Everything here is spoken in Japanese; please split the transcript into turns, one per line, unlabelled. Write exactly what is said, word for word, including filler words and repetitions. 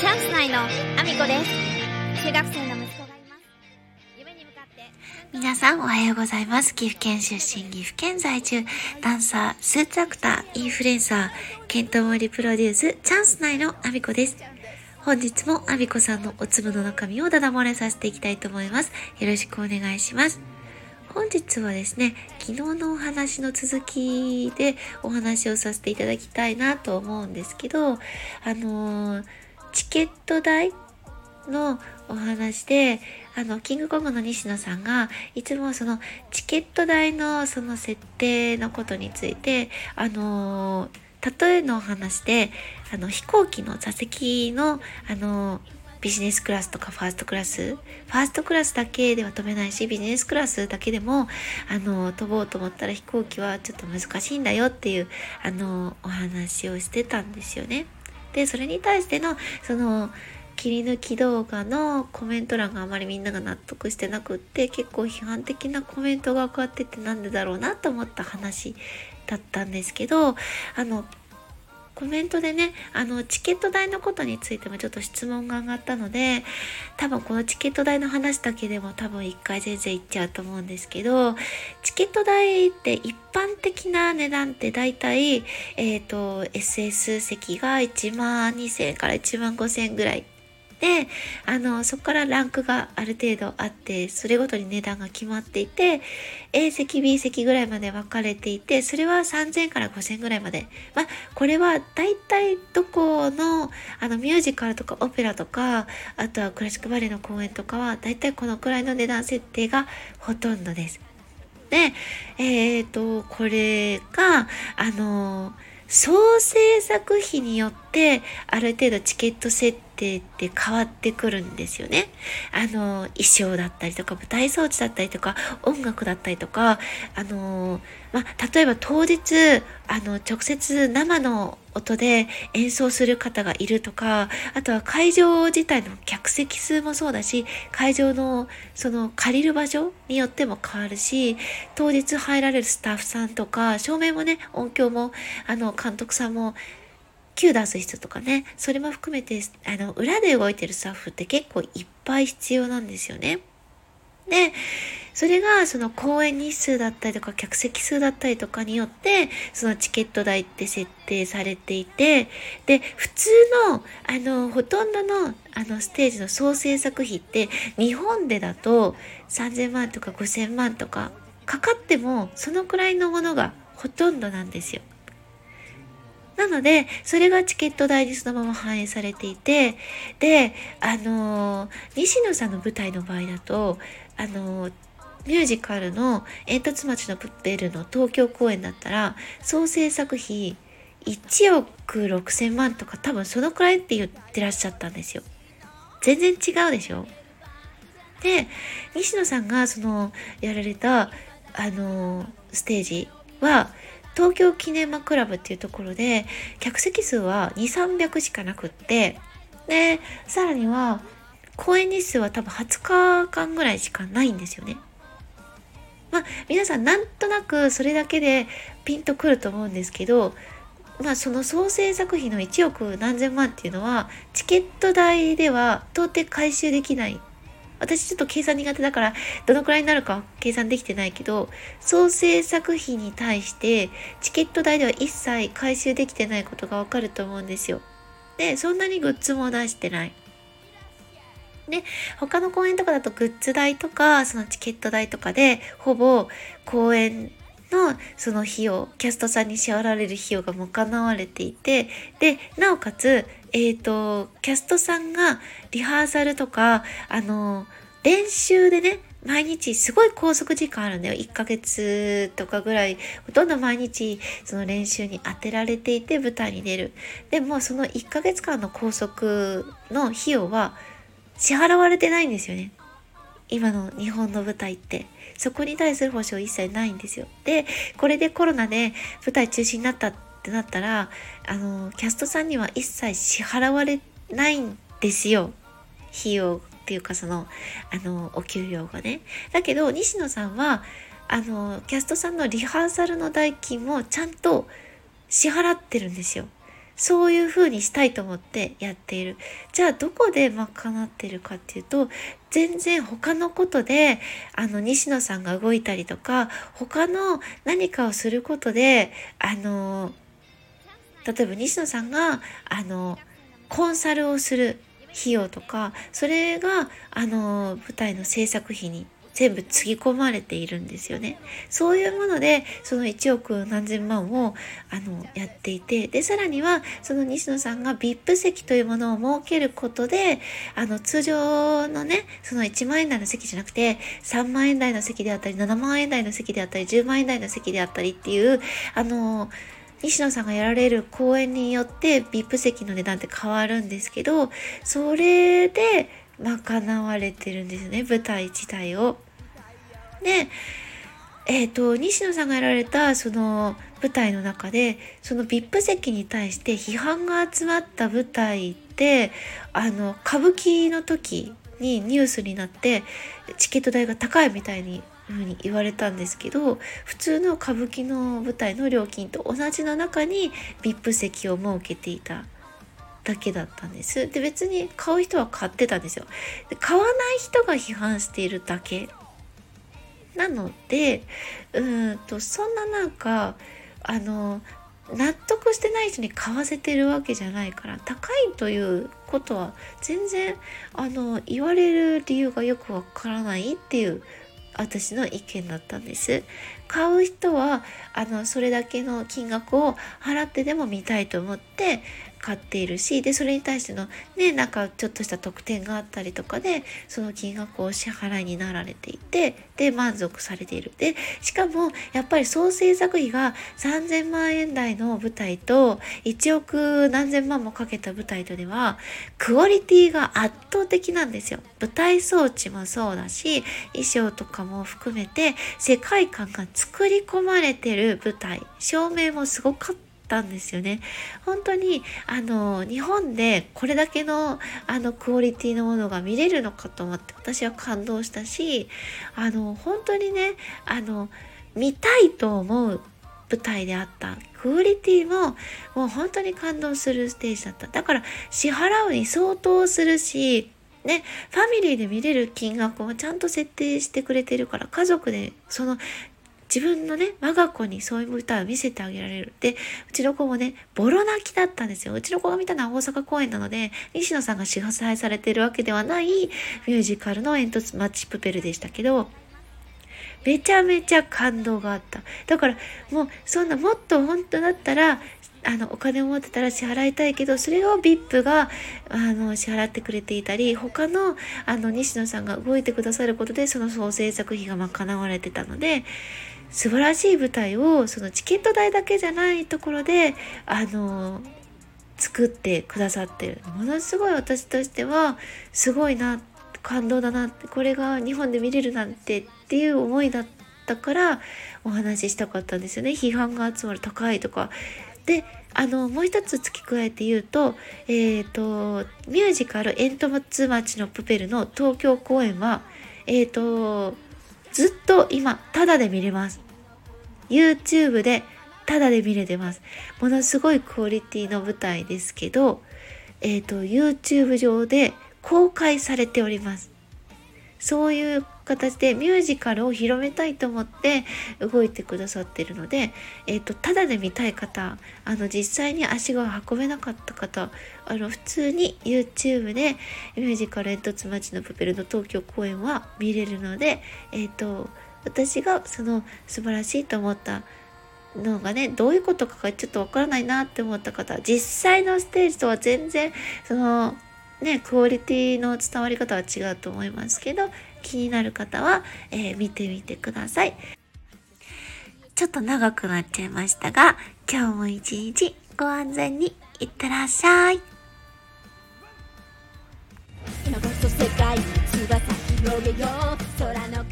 チャンス内のアミコです。中学生の息子がいます。夢に向かって
皆さんおはようございます。岐阜県出身、岐阜県在住、ダンサー、スーツアクター、インフルエンサー、ケントモリプロデュース、チャンス内のアミコです。本日もアミコさんのお粒の中身をダダ漏れさせていきたいと思います。よろしくお願いします。本日はですね、昨日のお話の続きでお話をさせていただきたいなと思うんですけど、あのー、チケット代のお話で、あの、キングコングの西野さんが、いつもそのチケット代のその設定のことについて、あのー、例えのお話で、あの、飛行機の座席の、あのー、ビジネスクラスとかファーストクラス、ファーストクラスだけでは飛べないし、ビジネスクラスだけでも、あの、飛ぼうと思ったら飛行機はちょっと難しいんだよっていう、あの、お話をしてたんですよね。で、それに対しての、その、切り抜き動画のコメント欄があまりみんなが納得してなくって、結構批判的なコメントが上がっててなんでだろうなと思った話だったんですけど、あの、コメントでね、あの、チケット代のことについてもちょっと質問が上がったので、多分このチケット代の話だけでも多分一回全然いっちゃうと思うんですけど、チケット代って一般的な値段ってだいたい、えっと、エスエス 席がいちまんにせんえんからいちまんごせんえんぐらい。で、あの、そこからランクがある程度あって、それごとに値段が決まっていて、A 席、B 席ぐらいまで分かれていて、それはさんぜんえんからごせんえんぐらいまで。まあ、これは大体どこの、あの、ミュージカルとかオペラとか、あとはクラシックバレエの公演とかは、大体このくらいの値段設定がほとんどです。で、えっと、これが、あの、総制作費によってある程度チケット設定って変わってくるんですよね。あの衣装だったりとか舞台装置だったりとか音楽だったりとか、あのまあ、例えば当日あの直接生の音で演奏する方がいるとか、あとは会場自体の客席数もそうだし、会場のその借りる場所によっても変わるし、当日入られるスタッフさんとか、照明もね、音響もあの監督さんもキュー出す人とかね、それも含めてあの裏で動いてるスタッフって結構いっぱい必要なんですよね。で、それがその公演日数だったりとか客席数だったりとかによってそのチケット代って設定されていて、で普通のあのほとんどのあのステージの総制作費って日本でだとさんぜんまんとかごせんまんとかかかってもそのくらいのものがほとんどなんですよ。なので、それがチケット代にそのまま反映されていて、で、あのー、西野さんの舞台の場合だと、あのー、ミュージカルの煙突町のプッペルの東京公演だったら、総制作費いちおくろくせんまんとか多分そのくらいって言ってらっしゃったんですよ。全然違うでしょ。で、西野さんがその、やられた、あのー、ステージは、東京キネマクラブっていうところで客席数はにせんさんびゃくしかなくって、でさらには公演日数は多分はつかかんぐらいしかないんですよね。まあ皆さんなんとなくそれだけでピンとくると思うんですけど、まあその総制作費のいちおくなんぜんまんっていうのはチケット代では到底回収できない。私ちょっと計算苦手だからどのくらいになるか計算できてないけど、総制作費に対してチケット代では一切回収できてないことがわかると思うんですよ。で、そんなにグッズも出してない。で、他の公演とかだとグッズ代とかそのチケット代とかでほぼ公演のその費用、キャストさんに支払われる費用が賄われていて、で、なおかつ、えっと、キャストさんがリハーサルとか、あの、練習でね、毎日すごい拘束時間あるんだよ。いっかげつとかぐらい、ほとんど毎日その練習に当てられていて舞台に出る。でもそのいっかげつかんの拘束の費用は支払われてないんですよね。今の日本の舞台ってそこに対する保証一切ないんですよ。で、これでコロナで舞台中止になったってなったら、あのキャストさんには一切支払われないんですよ。費用っていうかそのあのお給料がね。だけど西野さんはあのキャストさんのリハーサルの代金もちゃんと支払ってるんですよ。 そういう風にしたいと思ってやっている。じゃあどこで賄ってるかっていうと、全然他のことであの西野さんが動いたりとか、他の何かをすることで、あの例えば西野さんがあのコンサルをする費用とか、それがあの舞台の制作費に全部つぎ込まれているんですよね。そういうものでそのいちおく何千万をあのやっていて、でさらにはその西野さんが ブイアイピー 席というものを設けることで、あの通常のねそのいちまんえん台の席じゃなくてさんまんえん台の席であったり、ななまんえん台の席であったり、じゅうまんえん台の席であったりっていう、あの西野さんがやられる公演によって ブイアイピー 席の値段って変わるんですけど、それで賄われてるんですね、舞台自体を。で、えっと、西野さんがやられたその舞台の中で、その ブイアイピー 席に対して批判が集まった舞台って、あの、歌舞伎の時にニュースになって、チケット代が高いみたいにふうに言われたんですけど、普通の歌舞伎の舞台の料金と同じの中に ブイアイピー 席を設けていただけだったんです。で、別に買う人は買ってたんですよ。で、買わない人が批判しているだけなので、うーんとそんななんかあの納得してない人に買わせてるわけじゃないから、高いということは全然あの言われる理由がよくわからないっていう私の意見だったんです。買う人はあのそれだけの金額を払ってでも見たいと思って買っているし、でそれに対してのね、なんかちょっとした特典があったりとかでその金額をお支払いになられていて、で満足されている。でしかもやっぱり総制作費がさんぜんまんえん台の舞台といちおく何千万もかけた舞台とではクオリティが圧倒的なんですよ。舞台装置もそうだし、衣装とかも含めて世界観が作り込まれてる舞台、照明もすごかったんですよね。本当にあの日本でこれだけのあのクオリティのものが見れるのかと思って私は感動したし、あの本当にねあの見たいと思う舞台であった。クオリティももう本当に感動するステージだった。だから支払うに相当するしね、ファミリーで見れる金額もちゃんと設定してくれてるから、家族でその自分のね我が子にそういう舞台を見せてあげられる。でうちの子もねボロ泣きだったんですよ。うちの子が見たのは大阪公演なので、西野さんが支配されているわけではないミュージカルの煙突町プペルでしたけど、めちゃめちゃ感動があった。だからもうそんなもっと本当だったらあのお金を持ってたら支払いたいけど、それを ブイアイピー があの支払ってくれていたり、他のあの西野さんが動いてくださることでその総制作費が賄われてたので、素晴らしい舞台をそのチケット代だけじゃないところであの作ってくださってる。ものすごい私としてはすごいな、感動だな、これが日本で見れるなんてっていう思いだったからお話ししたかったんですよね。批判が集まる、高いとかで、あのもう一つ付け加えて言うと、えっとミュージカル煙突町のプペルの東京公演はえっとずっと今タダで見れます。YouTube でタダで見れてます。ものすごいクオリティの舞台ですけど、えっと YouTube 上で公開されております。そういう形でミュージカルを広めたいと思って動いてくださっているので、えっとただで見たい方、あの実際に足が運べなかった方、あの普通に YouTube でミュージカル煙突町のプペルの東京公演は見れるので、えっと私がその素晴らしいと思ったのがね、どういうことかがちょっとわからないなって思った方、実際のステージとは全然そのねクオリティの伝わり方は違うと思いますけど、気になる方は、えー、見てみてください。ちょっと長くなっちゃいましたが、今日も一日ご安全にいってらっしゃい。
今こそ世界に翼広げよう、空の